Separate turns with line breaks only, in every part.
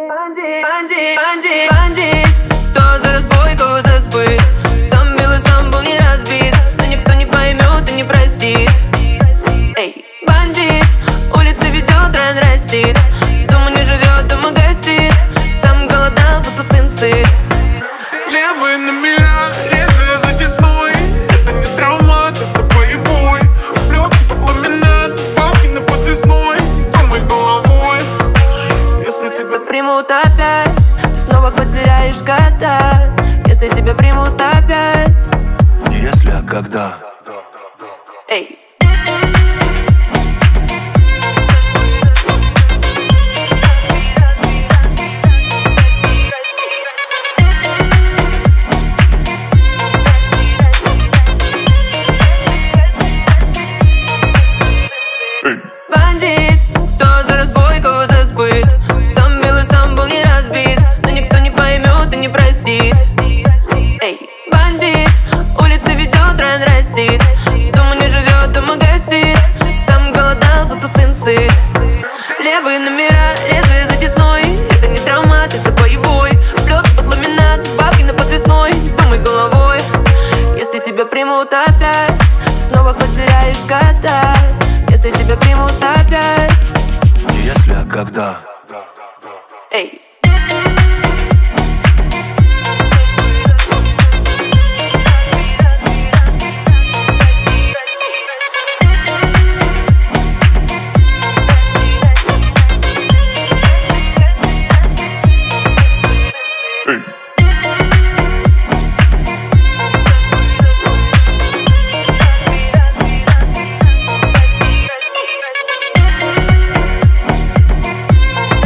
Бандит, кто за разбой, кого за сбыт. Сам белый, сам был не разбит, но никто не поймет и не простит. Эй, бандит, улица ведет, район растит. Дома не живет, дома гостит. Сам голодал, зато сын сыт.
Левые номера, резвые за десной. Это не травмат, это боевой. Лёгкий как ламинат, палки на подвесной. Думай головой, если тебя
Примут опять, ты снова потеряешь года. Если тебя примут опять.
Не если, а когда.
Эй. Бандит, кто за разбой, кого за сбыт. Сам белый, сам был не разбит, но никто не поймет и не простит. Эй, бандит, улица ведет, район растит. Дома не живет, дома гостит. Сам голодал, зато сын сыт. Левые номера, резвые за десной. Это не травмат, это боевой. Плет под ламинат, бабки на подвесной. Думай головой, если тебя примут опять, ты снова потеряешь года. Если тебя примут опять.
Не если, а когда.
Эй.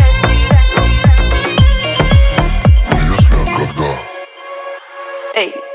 Эй.